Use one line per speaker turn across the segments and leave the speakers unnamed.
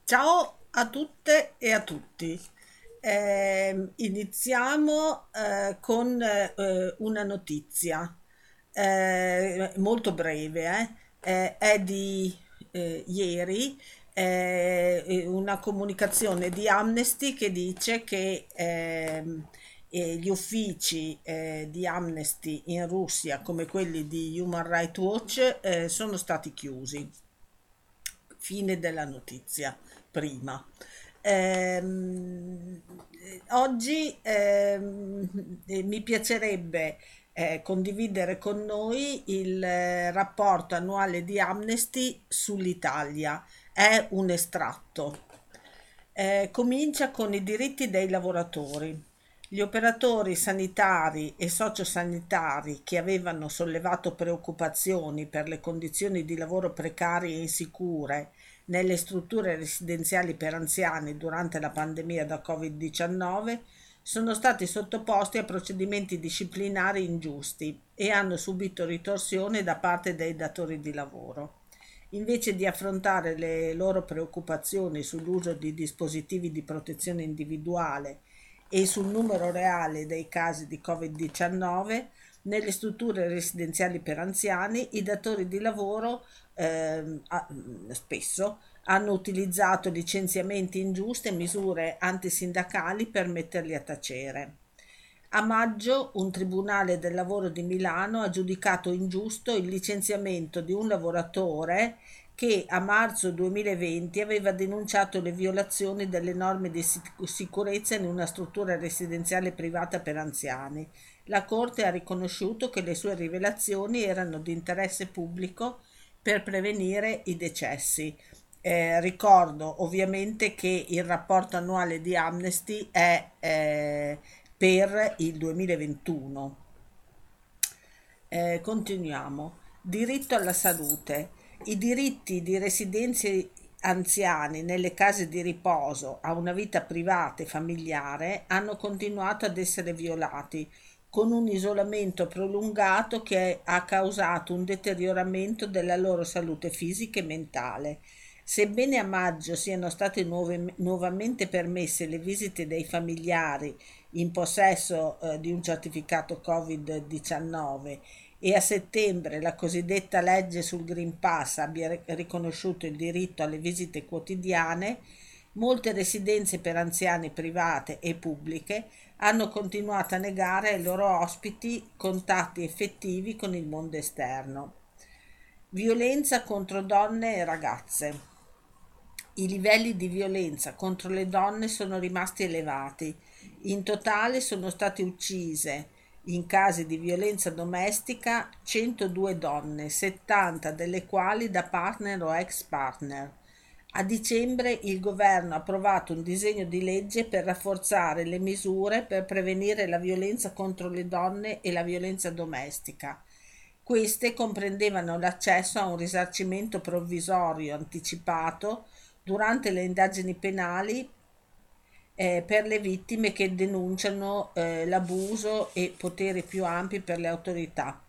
Ciao a tutte e a tutti. Iniziamo con una notizia molto breve, è di ieri, una comunicazione di Amnesty che dice che gli uffici di Amnesty in Russia, come quelli di Human Rights Watch, sono stati chiusi. Fine della notizia prima. Ehm, Oggi mi piacerebbe condividere con noi il rapporto annuale di Amnesty sull'Italia. È un estratto. Comincia con i diritti dei lavoratori. Gli operatori sanitari e sociosanitari che avevano sollevato preoccupazioni per le condizioni di lavoro precarie e insicure nelle strutture residenziali per anziani durante la pandemia da Covid-19 sono stati sottoposti a procedimenti disciplinari ingiusti e hanno subito ritorsione da parte dei datori di lavoro. Invece di affrontare le loro preoccupazioni sull'uso di dispositivi di protezione individuale e sul numero reale dei casi di Covid-19, nelle strutture residenziali per anziani, i datori di lavoro spesso hanno utilizzato licenziamenti ingiusti e misure antisindacali per metterli a tacere. A maggio un tribunale del lavoro di Milano ha giudicato ingiusto il licenziamento di un lavoratore che a marzo 2020 aveva denunciato le violazioni delle norme di sicurezza in una struttura residenziale privata per anziani. La Corte ha riconosciuto che le sue rivelazioni erano di interesse pubblico per prevenire i decessi. Ricordo ovviamente che il rapporto annuale di Amnesty è per il 2021. Continuiamo. Diritto alla salute. I diritti di residenze anziani nelle case di riposo a una vita privata e familiare hanno continuato ad essere violati, con un isolamento prolungato che ha causato un deterioramento della loro salute fisica e mentale. Sebbene a maggio siano state nuovamente permesse le visite dei familiari in possesso di un certificato Covid-19 e a settembre la cosiddetta legge sul Green Pass abbia riconosciuto il diritto alle visite quotidiane, molte residenze per anziani private e pubbliche hanno continuato a negare ai loro ospiti contatti effettivi con il mondo esterno. Violenza contro donne e ragazze. I livelli di violenza contro le donne sono rimasti elevati. In totale sono state uccise in casi di violenza domestica 102 donne, 70 delle quali da partner o ex partner. A dicembre il governo ha approvato un disegno di legge per rafforzare le misure per prevenire la violenza contro le donne e la violenza domestica. Queste comprendevano l'accesso a un risarcimento provvisorio anticipato durante le indagini penali per le vittime che denunciano l'abuso e poteri più ampi per le autorità.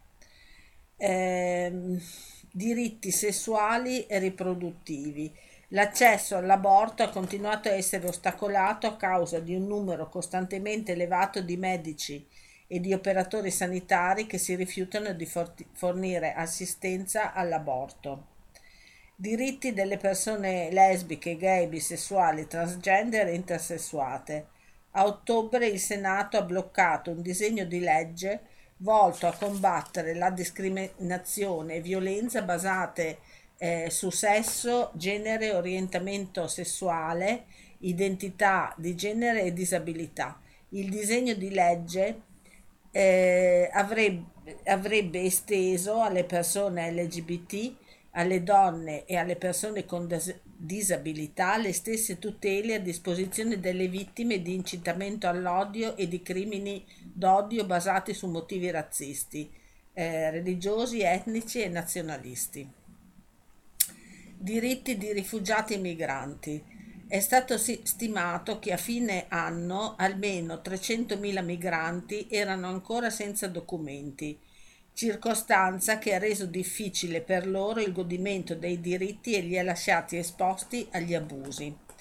Ehm, Diritti sessuali e riproduttivi. L'accesso all'aborto ha continuato a essere ostacolato a causa di un numero costantemente elevato di medici e di operatori sanitari che si rifiutano di fornire assistenza all'aborto. Diritti delle persone lesbiche, gay, bisessuali, transgender e intersessuate. A ottobre il Senato ha bloccato un disegno di legge volto a combattere la discriminazione e violenza basate su sesso, genere, orientamento sessuale, identità di genere e disabilità. Il disegno di legge avrebbe esteso alle persone LGBT, alle donne e alle persone con disabilità le stesse tutele a disposizione delle vittime di incitamento all'odio e di crimini d'odio basati su motivi razzisti, religiosi, etnici e nazionalisti. Diritti di rifugiati e migranti. È stato stimato che a fine anno almeno 300.000 migranti erano ancora senza documenti, circostanza che ha reso difficile per loro il godimento dei diritti e li ha lasciati esposti agli abusi.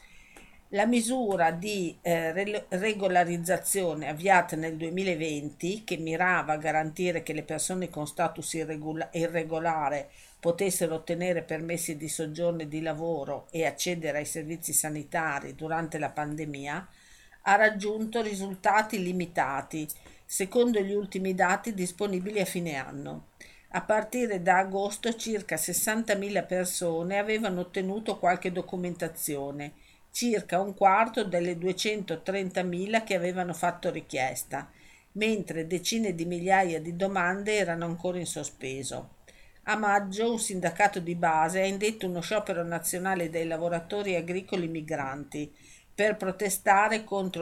La misura di regolarizzazione avviata nel 2020, che mirava a garantire che le persone con status irregolare potessero ottenere permessi di soggiorno e di lavoro e accedere ai servizi sanitari durante la pandemia, ha raggiunto risultati limitati, secondo gli ultimi dati disponibili a fine anno. A partire da agosto circa 60.000 persone avevano ottenuto qualche documentazione, circa un quarto delle 230.000 che avevano fatto richiesta, mentre decine di migliaia di domande erano ancora in sospeso. A maggio un sindacato di base ha indetto uno sciopero nazionale dei lavoratori agricoli migranti per protestare contro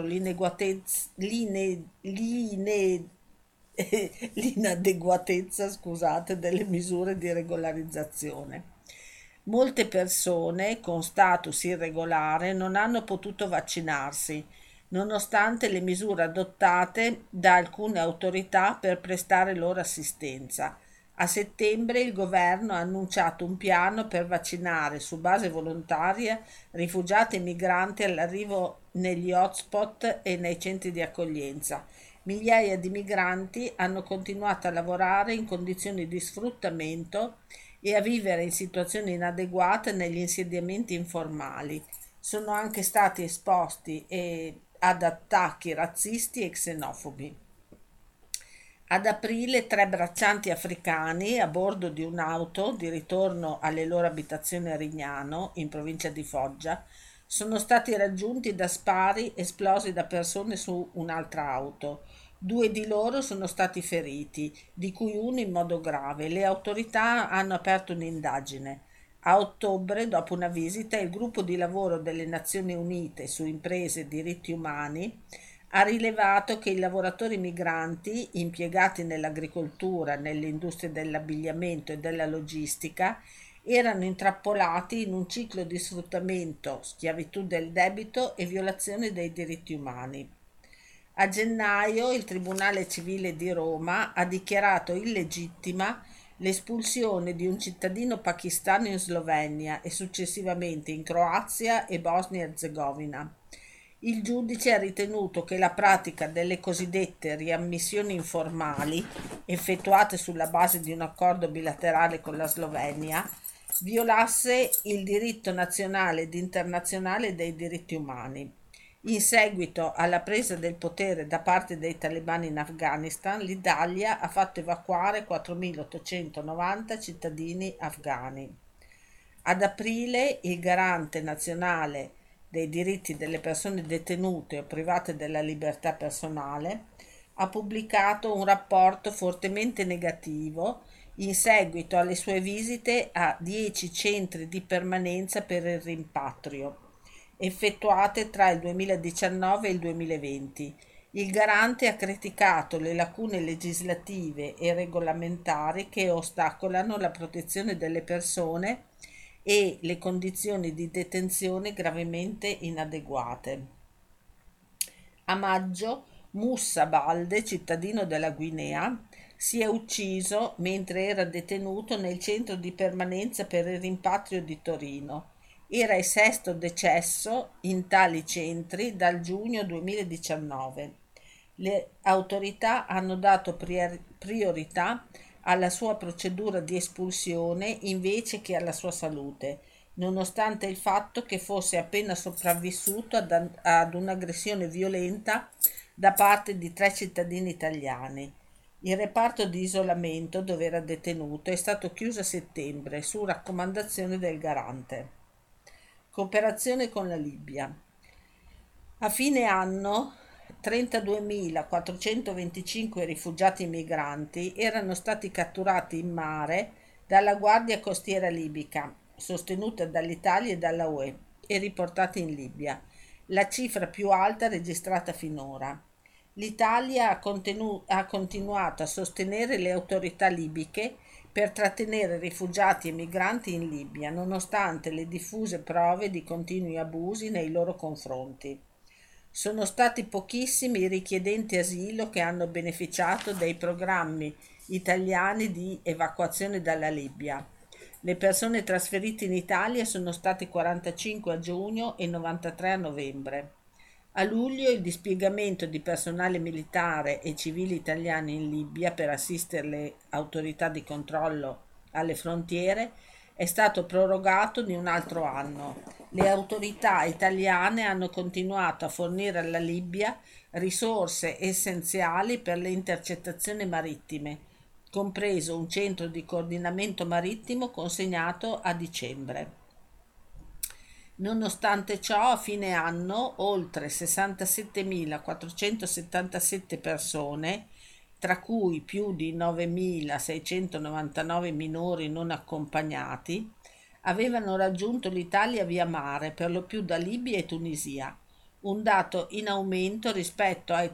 l'inadeguatezza, scusate, delle misure di regolarizzazione. Molte persone con status irregolare non hanno potuto vaccinarsi, nonostante le misure adottate da alcune autorità per prestare loro assistenza. A settembre il governo ha annunciato un piano per vaccinare su base volontaria rifugiati e migranti all'arrivo negli hotspot e nei centri di accoglienza. Migliaia di migranti hanno continuato a lavorare in condizioni di sfruttamento e a vivere in situazioni inadeguate negli insediamenti informali. Sono anche stati esposti ad attacchi razzisti e xenofobi. Ad aprile 3 braccianti africani a bordo di un'auto di ritorno alle loro abitazioni a Rignano, in provincia di Foggia, sono stati raggiunti da spari esplosi da persone su un'altra auto. 2 di loro sono stati feriti, di cui uno in modo grave. Le autorità hanno aperto un'indagine. A ottobre, dopo una visita, il gruppo di lavoro delle Nazioni Unite su imprese e diritti umani ha rilevato che i lavoratori migranti impiegati nell'agricoltura, nelle industrie dell'abbigliamento e della logistica erano intrappolati in un ciclo di sfruttamento, schiavitù del debito e violazione dei diritti umani. A gennaio il Tribunale Civile di Roma ha dichiarato illegittima l'espulsione di un cittadino pakistano in Slovenia e successivamente in Croazia e Bosnia-Erzegovina. Il giudice ha ritenuto che la pratica delle cosiddette riammissioni informali, effettuate sulla base di un accordo bilaterale con la Slovenia, violasse il diritto nazionale ed internazionale dei diritti umani. In seguito alla presa del potere da parte dei talebani in Afghanistan, l'Italia ha fatto evacuare 4.890 cittadini afghani. Ad aprile il garante nazionale dei diritti delle persone detenute o private della libertà personale ha pubblicato un rapporto fortemente negativo in seguito alle sue visite a 10 centri di permanenza per il rimpatrio effettuate tra il 2019 e il 2020. Il garante ha criticato le lacune legislative e regolamentari che ostacolano la protezione delle persone e le condizioni di detenzione gravemente inadeguate. A maggio Moussa Balde, cittadino della Guinea, si è ucciso mentre era detenuto nel centro di permanenza per il rimpatrio di Torino. Era il sesto decesso in tali centri dal giugno 2019. Le autorità hanno dato priorità alla sua procedura di espulsione invece che alla sua salute, nonostante il fatto che fosse appena sopravvissuto ad un'aggressione violenta da parte di 3 cittadini italiani. Il reparto di isolamento dove era detenuto è stato chiuso a settembre su raccomandazione del garante. Cooperazione con la Libia. A fine anno 32.425 rifugiati migranti erano stati catturati in mare dalla Guardia Costiera libica, sostenuta dall'Italia e dalla UE, e riportati in Libia, la cifra più alta registrata finora. L'Italia ha continuato a sostenere le autorità libiche per trattenere rifugiati e migranti in Libia, nonostante le diffuse prove di continui abusi nei loro confronti. Sono stati pochissimi i richiedenti asilo che hanno beneficiato dei programmi italiani di evacuazione dalla Libia. Le persone trasferite in Italia sono state 45 a giugno e 93 a novembre. A luglio il dispiegamento di personale militare e civili italiani in Libia per assistere le autorità di controllo alle frontiere è stato prorogato di un altro anno. Le autorità italiane hanno continuato a fornire alla Libia risorse essenziali per le intercettazioni marittime, compreso un centro di coordinamento marittimo consegnato a dicembre. Nonostante ciò, a fine anno, oltre 67.477 persone, tra cui più di 9.699 minori non accompagnati, avevano raggiunto l'Italia via mare, per lo più da Libia e Tunisia, un dato in aumento rispetto ai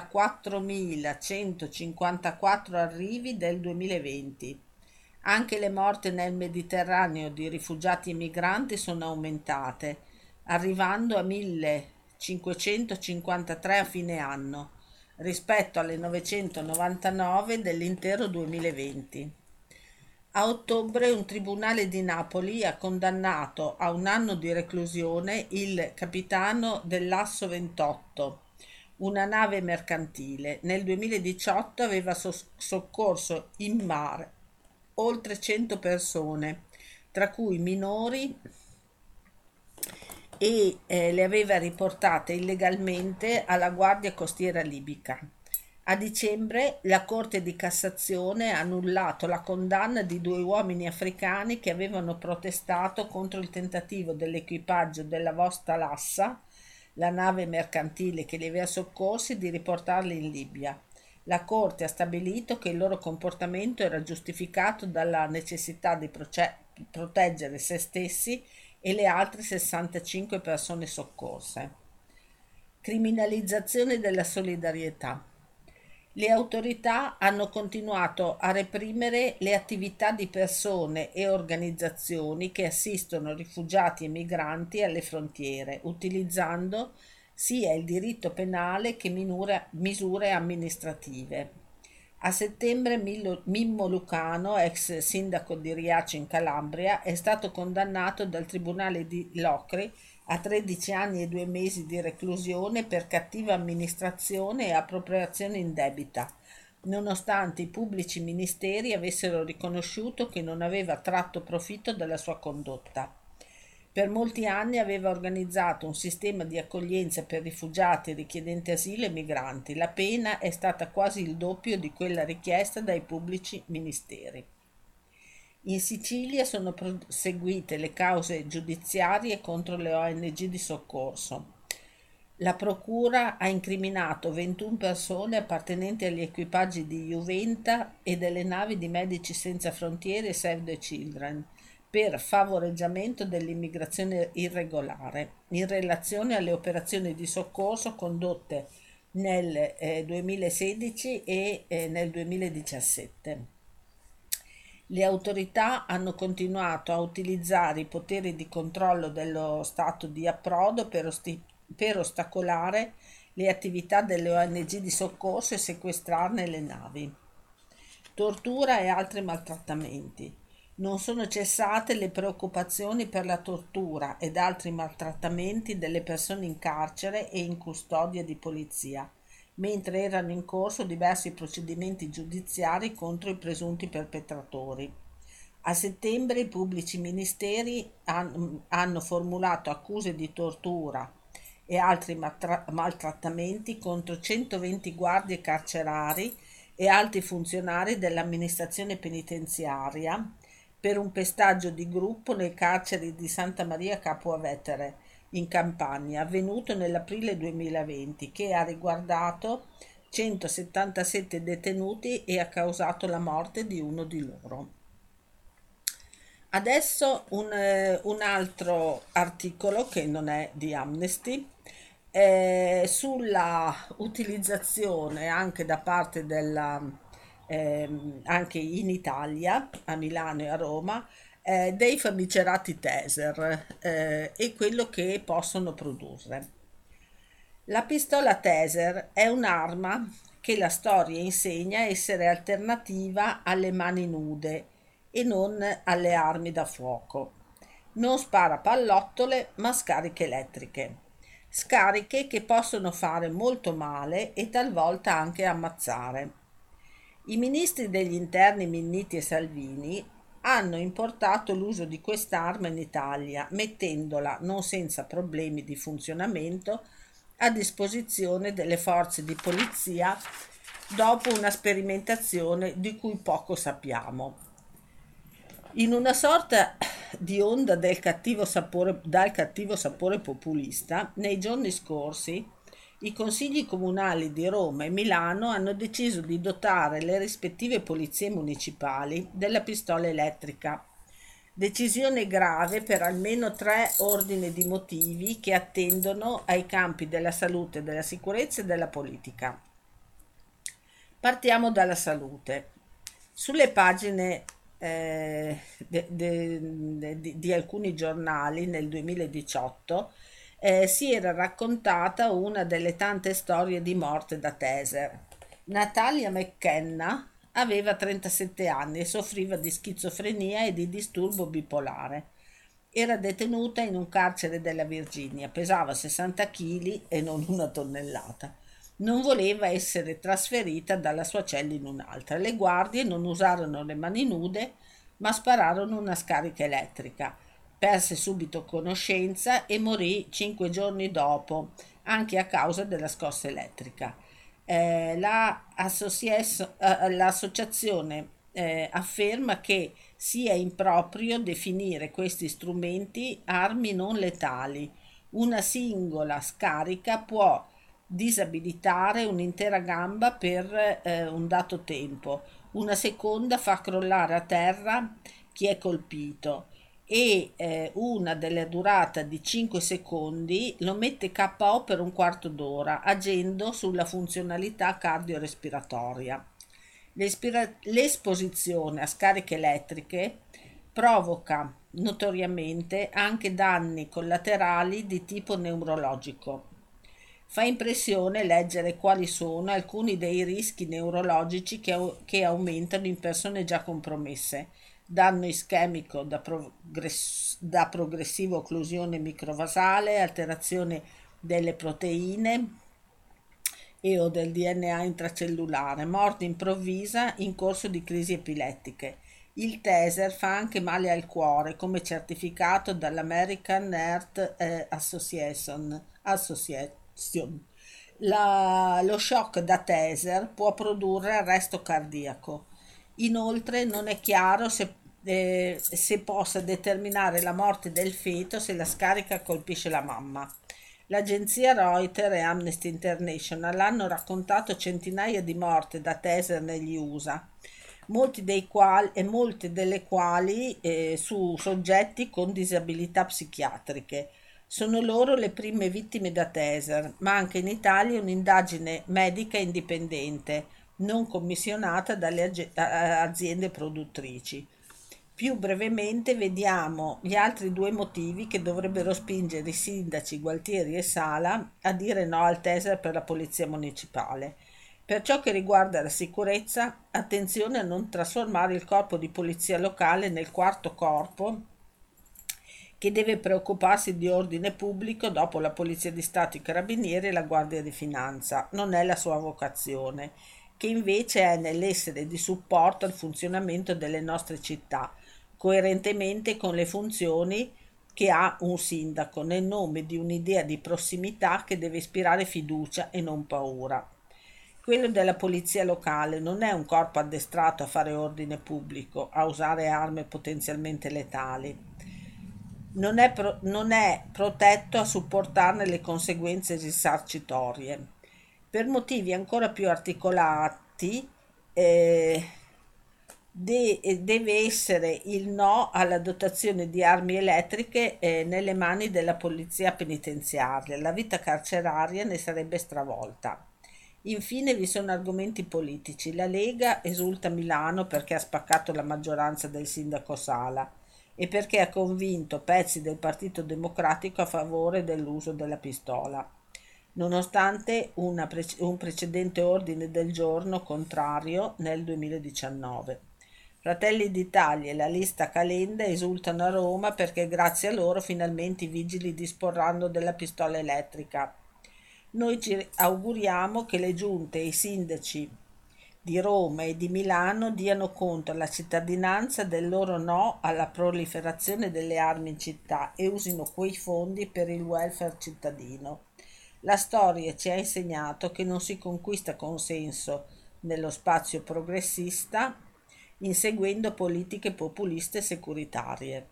34.154 arrivi del 2020. Anche le morti nel Mediterraneo di rifugiati e migranti sono aumentate, arrivando a 1.553 a fine anno, rispetto alle 999 dell'intero 2020. A ottobre un tribunale di Napoli ha condannato a un anno di reclusione il capitano dell'Asso 28, una nave mercantile. Nel 2018 aveva soccorso in mare oltre 100 persone, tra cui minori, e le aveva riportate illegalmente alla Guardia Costiera libica. A dicembre la Corte di Cassazione ha annullato la condanna di due uomini africani che avevano protestato contro il tentativo dell'equipaggio della Vostra Lassa, la nave mercantile che li aveva soccorsi, di riportarli in Libia. La Corte ha stabilito che il loro comportamento era giustificato dalla necessità di proteggere se stessi e le altre 65 persone soccorse. Criminalizzazione della solidarietà. Le autorità hanno continuato a reprimere le attività di persone e organizzazioni che assistono rifugiati e migranti alle frontiere, utilizzando sia il diritto penale che misure amministrative. A settembre Mimmo Lucano, ex sindaco di Riace in Calabria, è stato condannato dal tribunale di Locri a 13 anni e 2 mesi di reclusione per cattiva amministrazione e appropriazione indebita, nonostante i pubblici ministeri avessero riconosciuto che non aveva tratto profitto dalla sua condotta. Per molti anni aveva organizzato un sistema di accoglienza per rifugiati, richiedenti asilo e migranti. La pena è stata quasi il doppio di quella richiesta dai pubblici ministeri. In Sicilia sono proseguite le cause giudiziarie contro le ONG di soccorso. La procura ha incriminato 21 persone appartenenti agli equipaggi di Juventa e delle navi di Medici Senza Frontiere e Save the Children per favoreggiamento dell'immigrazione irregolare in relazione alle operazioni di soccorso condotte nel 2016 e nel 2017. Le autorità hanno continuato a utilizzare i poteri di controllo dello Stato di approdo per ostacolare le attività delle ONG di soccorso e sequestrarne le navi. Tortura e altri maltrattamenti. Non sono cessate le preoccupazioni per la tortura ed altri maltrattamenti delle persone in carcere e in custodia di polizia, mentre erano in corso diversi procedimenti giudiziari contro i presunti perpetratori. A settembre i pubblici ministeri hanno formulato accuse di tortura e altri maltrattamenti contro 120 guardie carcerari e alti funzionari dell'amministrazione penitenziaria per un pestaggio di gruppo nel carcere di Santa Maria Capua Vetere in Campania, avvenuto nell'aprile 2020, che ha riguardato 177 detenuti e ha causato la morte di uno di loro. Adesso un altro articolo che non è di Amnesty, sulla utilizzazione anche da parte anche in Italia, a Milano e a Roma, dei famigerati taser e quello che possono produrre. La pistola taser è un'arma che la storia insegna essere alternativa alle mani nude e non alle armi da fuoco. Non spara pallottole, ma scariche elettriche. Scariche che possono fare molto male e talvolta anche ammazzare. I ministri degli interni Minniti e Salvini hanno importato l'uso di quest'arma in Italia, mettendola, non senza problemi di funzionamento, a disposizione delle forze di polizia dopo una sperimentazione di cui poco sappiamo. In una sorta di onda dal cattivo sapore populista, nei giorni scorsi i consigli comunali di Roma e Milano hanno deciso di dotare le rispettive polizie municipali della pistola elettrica. Decisione grave per almeno tre ordini di motivi che attendono ai campi della salute, della sicurezza e della politica. Partiamo dalla salute. Sulle pagine di alcuni giornali nel 2018 si era raccontata una delle tante storie di morte da taser. Natalia McKenna aveva 37 anni e soffriva di schizofrenia e di disturbo bipolare. Era detenuta in un carcere della Virginia, pesava 60 kg e non una tonnellata. Non voleva essere trasferita dalla sua cella in un'altra. Le guardie non usarono le mani nude, ma spararono una scarica elettrica. Perse subito conoscenza e morì 5 giorni dopo, anche a causa della scossa elettrica. L'associazione afferma che sia improprio definire questi strumenti armi non letali. Una singola scarica può disabilitare un'intera gamba per un dato tempo, una seconda fa crollare a terra chi è colpito e una della durata di 5 secondi lo mette KO per un quarto d'ora, agendo sulla funzionalità cardiorespiratoria. L'esposizione a scariche elettriche provoca notoriamente anche danni collaterali di tipo neurologico. Fa impressione leggere quali sono alcuni dei rischi neurologici che aumentano in persone già compromesse: danno ischemico da progressiva occlusione microvasale, alterazione delle proteine e o del DNA intracellulare, morte improvvisa in corso di crisi epilettiche. Il taser fa anche male al cuore, come certificato dall'American Heart Association. Lo shock da taser può produrre arresto cardiaco. Inoltre non è chiaro se possa determinare la morte del feto se la scarica colpisce la mamma. L'agenzia Reuters e Amnesty International hanno raccontato centinaia di morti da taser negli USA, molte delle quali su soggetti con disabilità psichiatriche. Sono loro le prime vittime da taser, ma anche in Italia un'indagine medica indipendente, non commissionata dalle aziende produttrici. Più brevemente vediamo gli altri due motivi che dovrebbero spingere i sindaci Gualtieri e Sala a dire no al taser per la polizia municipale. Per ciò che riguarda la sicurezza, attenzione a non trasformare il corpo di polizia locale nel quarto corpo che deve preoccuparsi di ordine pubblico dopo la Polizia di Stato, i Carabinieri e la Guardia di Finanza. Non è la sua vocazione, che invece è nell'essere di supporto al funzionamento delle nostre città, coerentemente con le funzioni che ha un sindaco, nel nome di un'idea di prossimità che deve ispirare fiducia e non paura. Quello della polizia locale non è un corpo addestrato a fare ordine pubblico, a usare armi potenzialmente letali. Non è protetto a supportarne le conseguenze risarcitorie. Per motivi ancora più articolati, deve essere il no alla dotazione di armi elettriche nelle mani della polizia penitenziaria. La vita carceraria ne sarebbe stravolta. Infine vi sono argomenti politici. La Lega esulta a Milano perché ha spaccato la maggioranza del sindaco Sala e perché ha convinto pezzi del Partito Democratico a favore dell'uso della pistola, nonostante un precedente ordine del giorno contrario nel 2019. Fratelli d'Italia e la lista Calenda esultano a Roma perché grazie a loro finalmente i vigili disporranno della pistola elettrica. Noi ci auguriamo che le giunte e i sindaci di Roma e di Milano diano conto alla cittadinanza del loro no alla proliferazione delle armi in città e usino quei fondi per il welfare cittadino. La storia ci ha insegnato che non si conquista consenso nello spazio progressista inseguendo politiche populiste e securitarie.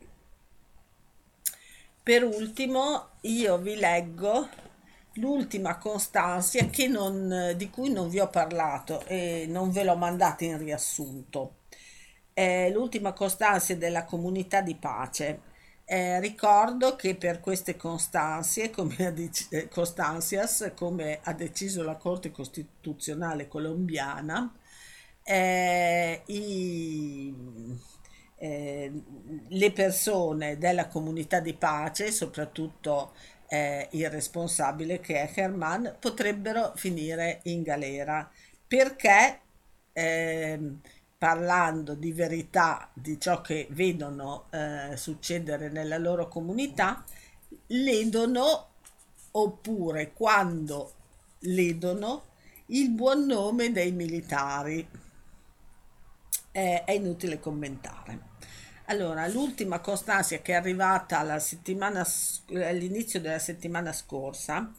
Per ultimo, io vi leggo l'ultima Constanzia di cui non vi ho parlato e non ve l'ho mandata in riassunto. È l'ultima Constanzia della comunità di pace. Ricordo che per queste Constanzias, come ha deciso la Corte Costituzionale colombiana, eh, i, eh, le persone della comunità di pace, soprattutto il responsabile che è Herman, potrebbero finire in galera perché parlando di verità di ciò che vedono succedere nella loro comunità, ledono oppure quando ledono il buon nome dei militari. È inutile commentare. Allora, l'ultima Costanzia che è arrivata all'inizio della settimana scorsa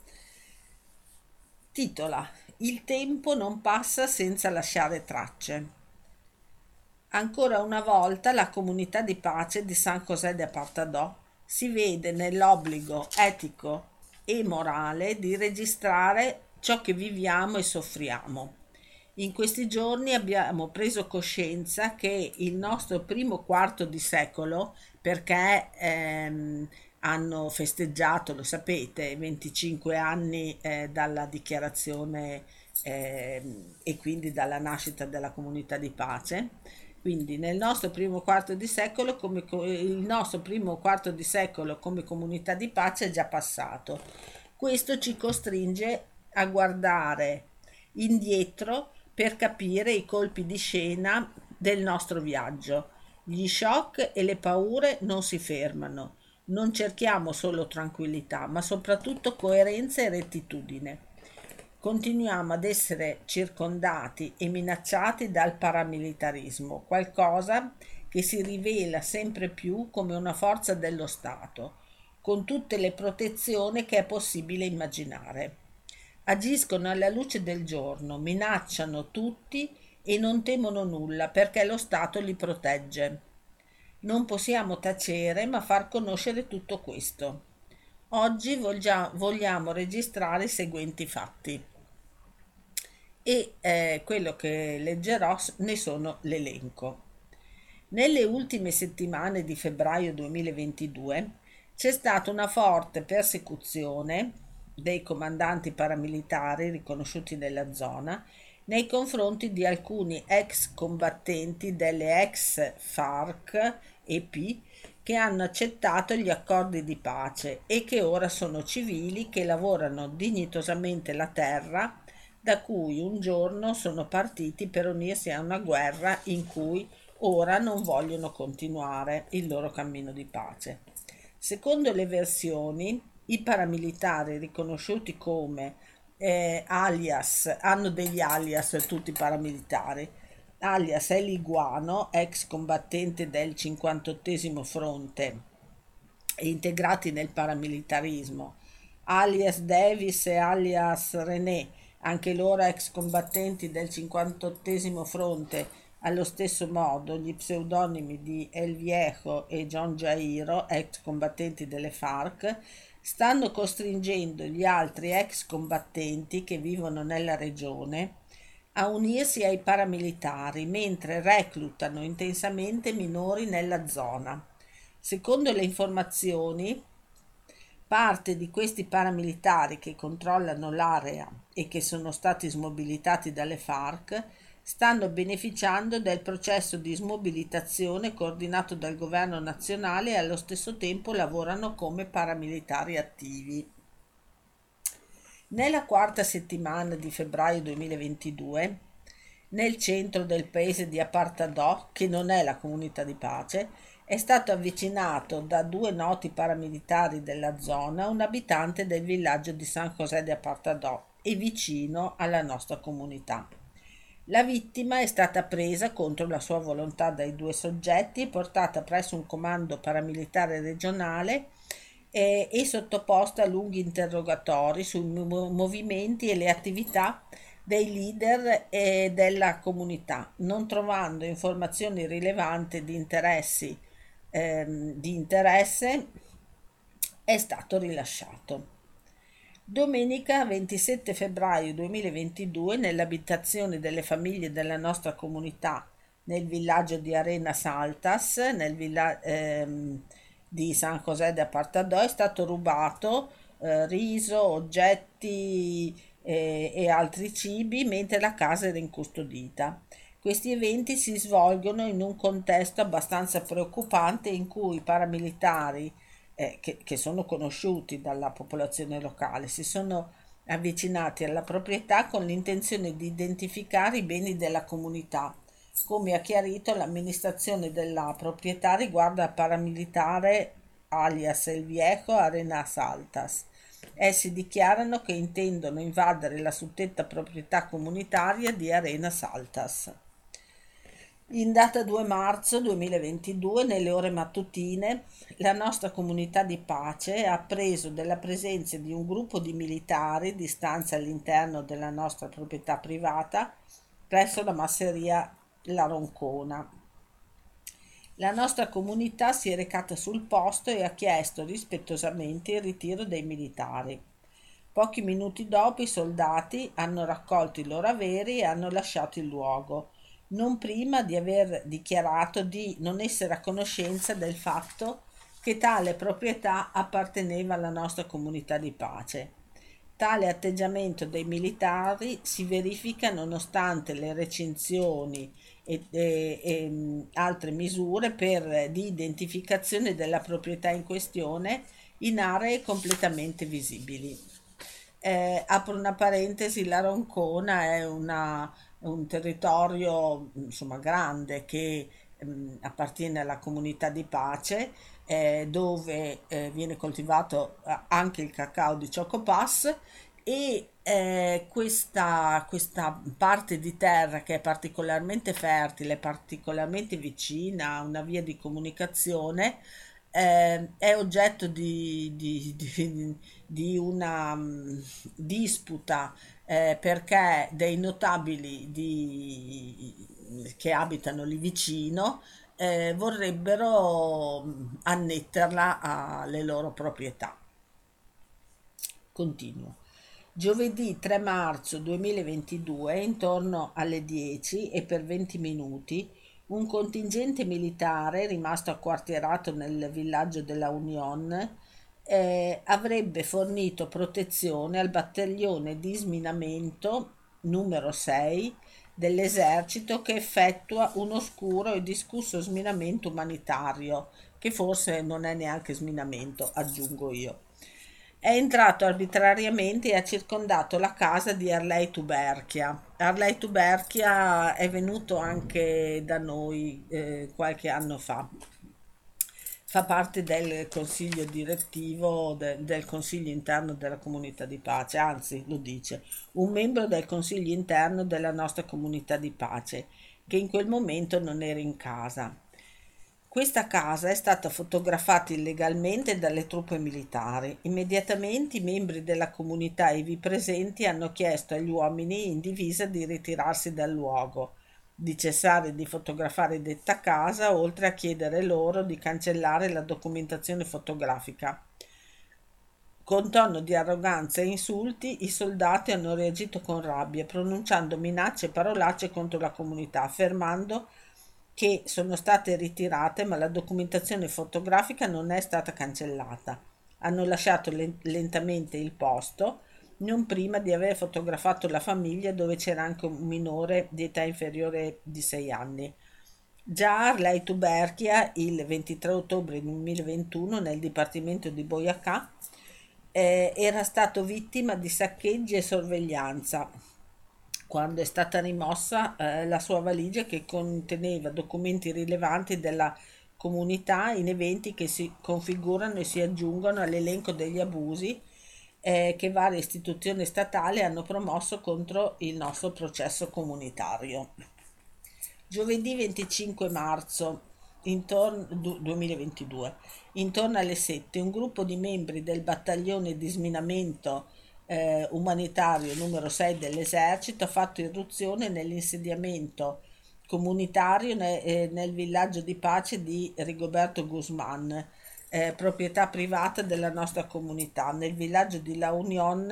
titola Il tempo non passa senza lasciare tracce. Ancora una volta la comunità di pace di San José de Apartadó si vede nell'obbligo etico e morale di registrare ciò che viviamo e soffriamo. In questi giorni abbiamo preso coscienza che il nostro primo quarto di secolo, perché hanno festeggiato, lo sapete, 25 anni dalla dichiarazione e quindi dalla nascita della comunità di pace. Quindi nel nostro primo quarto di secolo, il nostro primo quarto di secolo come comunità di pace è già passato. Questo ci costringe a guardare indietro per capire i colpi di scena del nostro viaggio. Gli shock e le paure non si fermano. Non cerchiamo solo tranquillità, ma soprattutto coerenza e rettitudine. Continuiamo ad essere circondati e minacciati dal paramilitarismo, qualcosa che si rivela sempre più come una forza dello Stato, con tutte le protezioni che è possibile immaginare. Agiscono alla luce del giorno, minacciano tutti e non temono nulla perché lo Stato li protegge. Non possiamo tacere ma far conoscere tutto questo. Oggi vogliamo registrare i seguenti fatti e quello che leggerò ne sono l'elenco. Nelle ultime settimane di febbraio 2022 c'è stata una forte persecuzione dei comandanti paramilitari riconosciuti nella zona nei confronti di alcuni ex combattenti delle ex FARC EP che hanno accettato gli accordi di pace e che ora sono civili che lavorano dignitosamente la terra da cui un giorno sono partiti per unirsi a una guerra in cui ora non vogliono continuare il loro cammino di pace. Secondo le versioni, i paramilitari riconosciuti come alias, hanno degli alias tutti i paramilitari, alias Eli Guano, ex combattente del 58° fronte e integrati nel paramilitarismo, alias Davis e alias René, anche loro ex combattenti del 58° fronte, allo stesso modo gli pseudonimi di El Viejo e John Jairo, ex combattenti delle FARC, stanno costringendo gli altri ex combattenti che vivono nella regione a unirsi ai paramilitari mentre reclutano intensamente minori nella zona. Secondo le informazioni, parte di questi paramilitari che controllano l'area e che sono stati smobilitati dalle FARC stanno beneficiando del processo di smobilitazione coordinato dal governo nazionale e allo stesso tempo lavorano come paramilitari attivi. Nella quarta settimana di febbraio 2022 nel centro del paese di Apartadò, che non è la comunità di pace, è stato avvicinato da due noti paramilitari della zona, un abitante del villaggio di San José de Apartadò e vicino alla nostra comunità. La vittima è stata presa contro la sua volontà dai due soggetti e portata presso un comando paramilitare regionale e sottoposta a lunghi interrogatori sui movimenti e le attività dei leader della comunità, non trovando informazioni rilevanti di interesse, è stato rilasciato. Domenica 27 febbraio 2022, nell'abitazione delle famiglie della nostra comunità nel villaggio di Arenas Altas, di San José de Apartadó, è stato rubato riso, oggetti e altri cibi mentre la casa era incustodita. Questi eventi si svolgono in un contesto abbastanza preoccupante in cui i paramilitari che sono conosciuti dalla popolazione locale si sono avvicinati alla proprietà con l'intenzione di identificare i beni della comunità. Come ha chiarito l'amministrazione della proprietà riguardo al paramilitare alias El Viejo Arenas Altas. Essi dichiarano che intendono invadere la suddetta proprietà comunitaria di Arenas Altas. In data 2 marzo 2022, nelle ore mattutine, la nostra comunità di pace ha appreso della presenza di un gruppo di militari di stanza all'interno della nostra proprietà privata presso la masseria La Roncona. La nostra comunità si è recata sul posto e ha chiesto rispettosamente il ritiro dei militari. Pochi minuti dopo i soldati hanno raccolto i loro averi e hanno lasciato il luogo, non prima di aver dichiarato di non essere a conoscenza del fatto che tale proprietà apparteneva alla nostra comunità di pace. Tale atteggiamento dei militari si verifica nonostante le recinzioni e altre misure di identificazione della proprietà in questione in aree completamente visibili. Apro una parentesi, la Roncona è un territorio insomma grande che appartiene alla comunità di pace, dove viene coltivato anche il cacao di Chocopass e questa parte di terra che è particolarmente fertile, particolarmente vicina a una via di comunicazione, è oggetto di una disputa perché dei notabili che abitano lì vicino vorrebbero annetterla alle loro proprietà. Continuo. Giovedì 3 marzo 2022, intorno alle 10 e per 20 minuti, un contingente militare rimasto acquartierato nel villaggio della Union avrebbe fornito protezione al battaglione di sminamento numero 6 dell'esercito che effettua un oscuro e discusso sminamento umanitario, che forse non è neanche sminamento, aggiungo io. È entrato arbitrariamente e ha circondato la casa di Arley Tuberchia. Arley Tuberchia è venuto anche da noi qualche anno fa. Fa parte del consiglio direttivo del consiglio interno della comunità di pace, anzi lo dice, un membro del consiglio interno della nostra comunità di pace, che in quel momento non era in casa. Questa casa è stata fotografata illegalmente dalle truppe militari. Immediatamente i membri della comunità ivi presenti hanno chiesto agli uomini in divisa di ritirarsi dal luogo, di cessare di fotografare detta casa, oltre a chiedere loro di cancellare la documentazione fotografica. Con tono di arroganza e insulti, i soldati hanno reagito con rabbia, pronunciando minacce e parolacce contro la comunità, affermando che sono state ritirate, ma la documentazione fotografica non è stata cancellata. Hanno lasciato lentamente il posto, non prima di aver fotografato la famiglia dove c'era anche un minore di età inferiore di 6 anni. Già Arley Tuberchia, il 23 ottobre 2021, nel dipartimento di Boyacá, era stato vittima di saccheggi e sorveglianza quando è stata rimossa la sua valigia che conteneva documenti rilevanti della comunità in eventi che si configurano e si aggiungono all'elenco degli abusi che varie istituzioni statali hanno promosso contro il nostro processo comunitario. Giovedì 25 marzo 2022, intorno alle 7, un gruppo di membri del battaglione di sminamento umanitario numero 6 dell'esercito ha fatto irruzione nell'insediamento comunitario nel villaggio di pace di Rigoberto Guzman, proprietà privata della nostra comunità, nel villaggio di La Unión,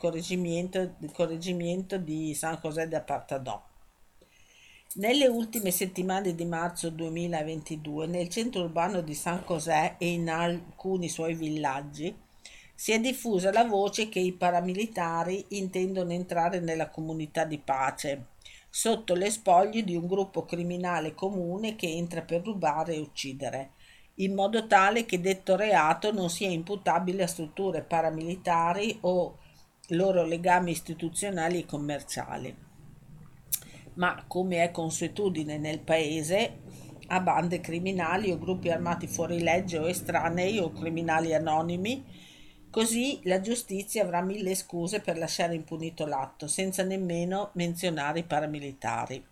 correggimento di San José de Apartadó. Nelle ultime settimane di marzo 2022, nel centro urbano di San José e in alcuni suoi villaggi, si è diffusa la voce che i paramilitari intendono entrare nella comunità di pace, sotto le spoglie di un gruppo criminale comune che entra per rubare e uccidere, in modo tale che detto reato non sia imputabile a strutture paramilitari o loro legami istituzionali e commerciali, ma come è consuetudine nel paese, a bande criminali o gruppi armati fuori legge o estranei o criminali anonimi, così la giustizia avrà mille scuse per lasciare impunito l'atto, senza nemmeno menzionare i paramilitari.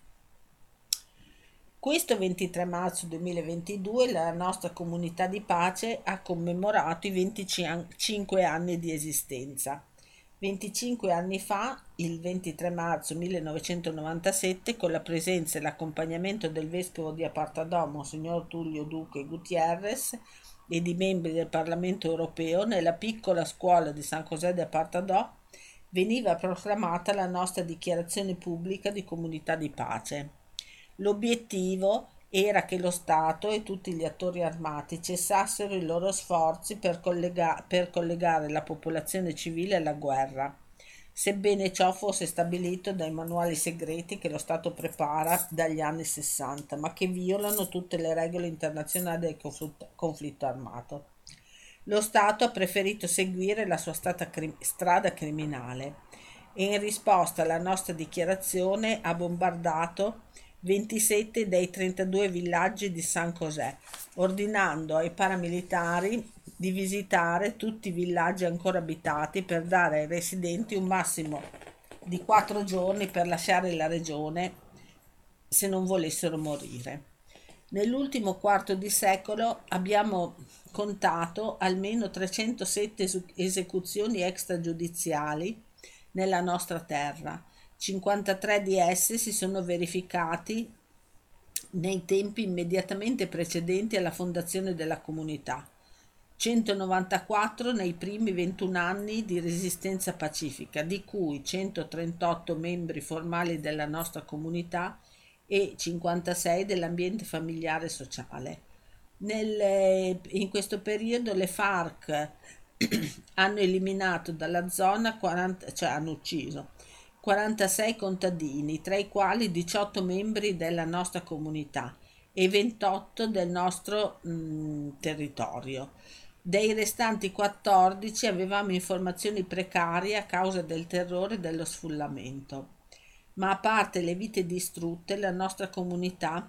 Questo 23 marzo 2022 la nostra comunità di pace ha commemorato i 25 anni di esistenza. 25 anni fa, il 23 marzo 1997, con la presenza e l'accompagnamento del vescovo di Apartadó, Monsignor Tullio Duque Gutiérrez, e di membri del Parlamento europeo, nella piccola scuola di San José de Apartadó veniva proclamata la nostra dichiarazione pubblica di comunità di pace. L'obiettivo era che lo Stato e tutti gli attori armati cessassero i loro sforzi per collegare la popolazione civile alla guerra, sebbene ciò fosse stabilito dai manuali segreti che lo Stato prepara dagli anni 60, ma che violano tutte le regole internazionali del conflitto armato. Lo Stato ha preferito seguire la sua strada criminale e in risposta alla nostra dichiarazione ha bombardato 27 dei 32 villaggi di San José, ordinando ai paramilitari di visitare tutti i villaggi ancora abitati per dare ai residenti un massimo di 4 giorni per lasciare la regione se non volessero morire. Nell'ultimo quarto di secolo abbiamo contato almeno 307 esecuzioni extragiudiziali nella nostra terra. 53 di esse si sono verificati nei tempi immediatamente precedenti alla fondazione della comunità, 194 nei primi 21 anni di resistenza pacifica, di cui 138 membri formali della nostra comunità e 56 dell'ambiente familiare e sociale. In questo periodo le FARC hanno eliminato dalla zona 40, cioè hanno ucciso 46 contadini, tra i quali 18 membri della nostra comunità e 28 del nostro territorio. Dei restanti 14 avevamo informazioni precarie a causa del terrore e dello sfruttamento. Ma a parte le vite distrutte, la nostra comunità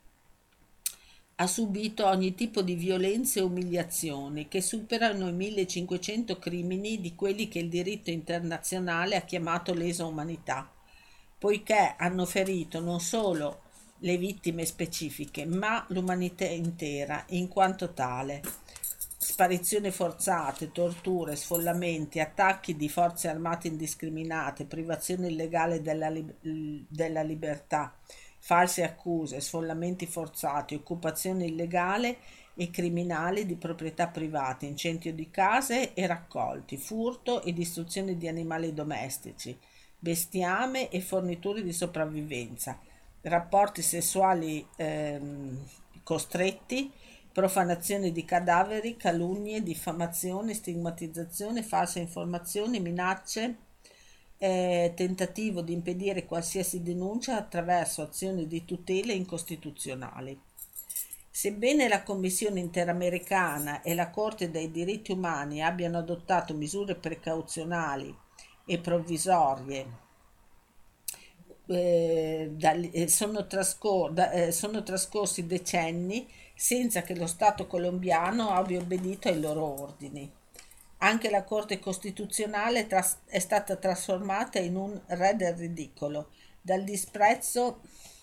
ha subito ogni tipo di violenze e umiliazioni che superano i 1500 crimini di quelli che il diritto internazionale ha chiamato lesa umanità, poiché hanno ferito non solo le vittime specifiche, ma l'umanità intera in quanto tale. Sparizioni forzate, torture, sfollamenti, attacchi di forze armate indiscriminate, privazione illegale della libertà, false accuse, sfollamenti forzati, occupazione illegale e criminale di proprietà private, incendio di case e raccolti, furto e distruzione di animali domestici, bestiame e forniture di sopravvivenza, rapporti sessuali costretti, profanazione di cadaveri, calunnie, diffamazione, stigmatizzazione, false informazioni, minacce, tentativo di impedire qualsiasi denuncia attraverso azioni di tutela incostituzionali. Sebbene la Commissione Interamericana e la Corte dei diritti umani abbiano adottato misure precauzionali e provvisorie sono trascorsi decenni senza che lo Stato colombiano abbia obbedito ai loro ordini. Anche la Corte Costituzionale è stata trasformata in un re del ridicolo, dal disprezzo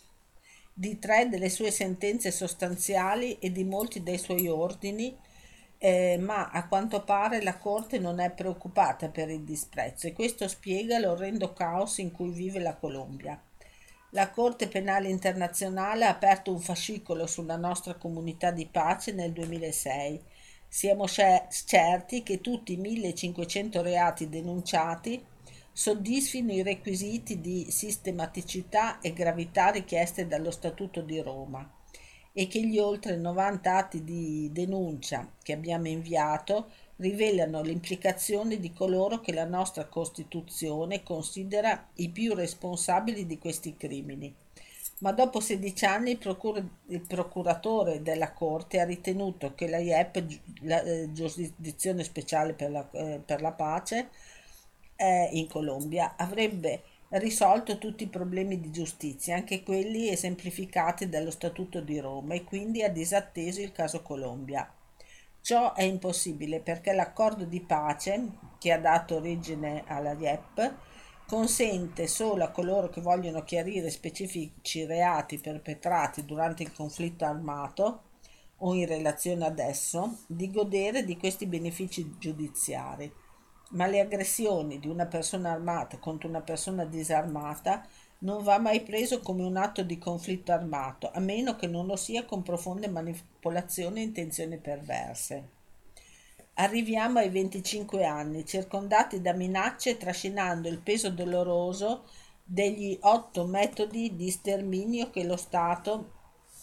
di tre delle sue sentenze sostanziali e di molti dei suoi ordini, ma a quanto pare la Corte non è preoccupata per il disprezzo e questo spiega l'orrendo caos in cui vive la Colombia. La Corte Penale Internazionale ha aperto un fascicolo sulla nostra comunità di pace nel 2006. Siamo certi che tutti i 1500 reati denunciati soddisfino i requisiti di sistematicità e gravità richiesti dallo Statuto di Roma e che gli oltre 90 atti di denuncia che abbiamo inviato rivelano le implicazioni di coloro che la nostra Costituzione considera i più responsabili di questi crimini. Ma dopo 16 anni il procuratore della Corte ha ritenuto che la IEP, la giurisdizione speciale per la pace, in Colombia, avrebbe risolto tutti i problemi di giustizia, anche quelli esemplificati dallo Statuto di Roma, e quindi ha disatteso il caso Colombia. Ciò è impossibile perché l'accordo di pace, che ha dato origine alla IEP, consente solo a coloro che vogliono chiarire specifici reati perpetrati durante il conflitto armato o in relazione ad esso di godere di questi benefici giudiziari. Ma le aggressioni di una persona armata contro una persona disarmata non va mai preso come un atto di conflitto armato, a meno che non lo sia con profonde manipolazioni e intenzioni perverse. Arriviamo ai 25 anni, circondati da minacce e trascinando il peso doloroso degli 8 metodi di sterminio che lo Stato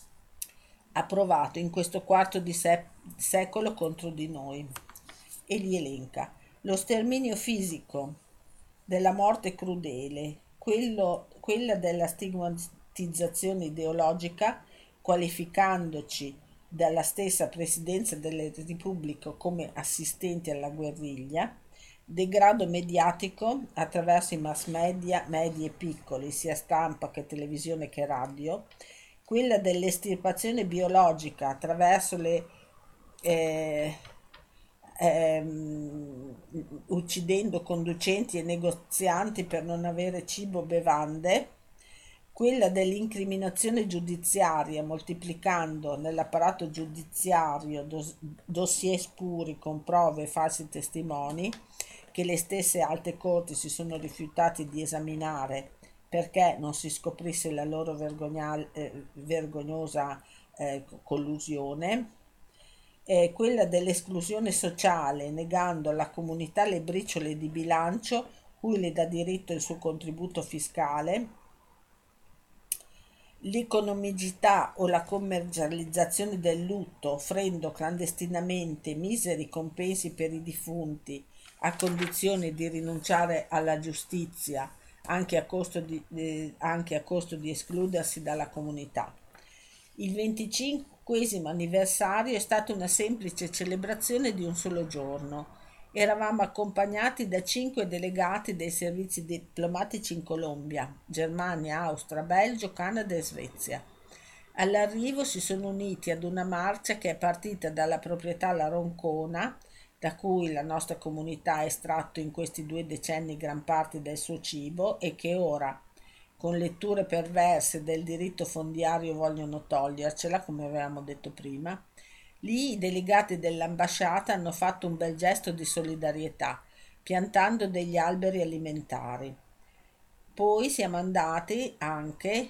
ha provato in questo quarto di secolo contro di noi. E li elenca. Lo sterminio fisico della morte crudele, quella della stigmatizzazione ideologica, qualificandoci dalla stessa Presidenza della Repubblica come assistenti alla guerriglia, degrado mediatico attraverso i mass media, medi e piccoli, sia stampa che televisione che radio, quella dell'estirpazione biologica attraverso le uccidendo conducenti e negozianti per non avere cibo o bevande, quella dell'incriminazione giudiziaria, moltiplicando nell'apparato giudiziario dossier spuri con prove e falsi testimoni che le stesse alte corti si sono rifiutati di esaminare perché non si scoprisse la loro vergognosa collusione, quella dell'esclusione sociale, negando alla comunità le briciole di bilancio cui le dà diritto il suo contributo fiscale, l'economicità o la commercializzazione del lutto, offrendo clandestinamente miseri compensi per i defunti a condizione di rinunciare alla giustizia, anche a costo di escludersi dalla comunità. Il 25° anniversario è stata una semplice celebrazione di un solo giorno. Eravamo accompagnati da 5 delegati dei servizi diplomatici in Colombia, Germania, Austria, Belgio, Canada e Svezia. All'arrivo si sono uniti ad una marcia che è partita dalla proprietà La Roncona, da cui la nostra comunità ha estratto in questi 2 decenni gran parte del suo cibo e che ora, con letture perverse del diritto fondiario, vogliono togliercela, come avevamo detto prima. Lì i delegati dell'ambasciata hanno fatto un bel gesto di solidarietà, piantando degli alberi alimentari. Poi siamo andati anche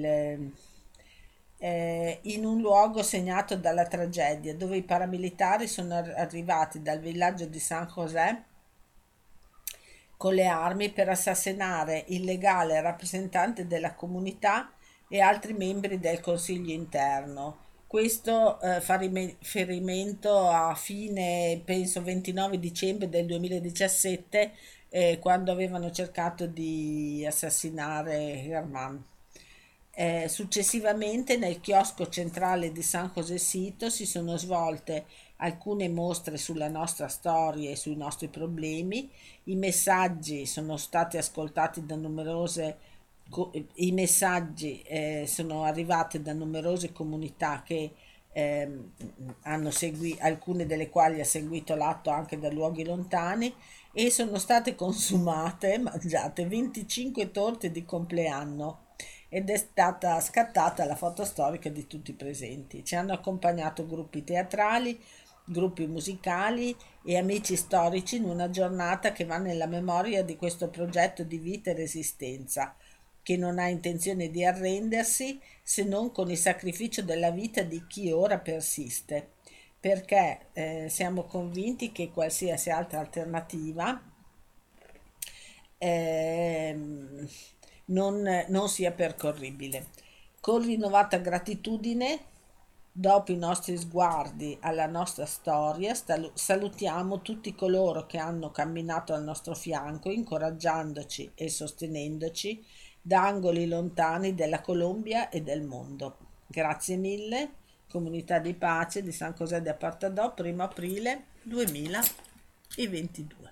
in un luogo segnato dalla tragedia, dove i paramilitari sono arrivati dal villaggio di San José con le armi per assassinare il legale rappresentante della comunità e altri membri del consiglio interno. Questo fa riferimento a fine, penso, 29 dicembre del 2017, quando avevano cercato di assassinare Herman. Successivamente nel chiosco centrale di San José Sito si sono svolte alcune mostre sulla nostra storia e sui nostri problemi. I messaggi sono stati ascoltati da numerose I messaggi sono arrivati da numerose comunità che hanno seguito, alcune delle quali ha seguito l'atto anche da luoghi lontani, e sono state consumate, mangiate 25 torte di compleanno, ed è stata scattata la foto storica di tutti i presenti. Ci hanno accompagnato gruppi teatrali, gruppi musicali e amici storici in una giornata che va nella memoria di questo progetto di vita e resistenza, che non ha intenzione di arrendersi se non con il sacrificio della vita di chi ora persiste, perché siamo convinti che qualsiasi altra alternativa ehm, non sia percorribile. Con rinnovata gratitudine, dopo i nostri sguardi alla nostra storia, salutiamo tutti coloro che hanno camminato al nostro fianco, incoraggiandoci e sostenendoci da angoli lontani della Colombia e del mondo. Grazie mille, Comunità di Pace di San José de Apartadó, 1° aprile 2022.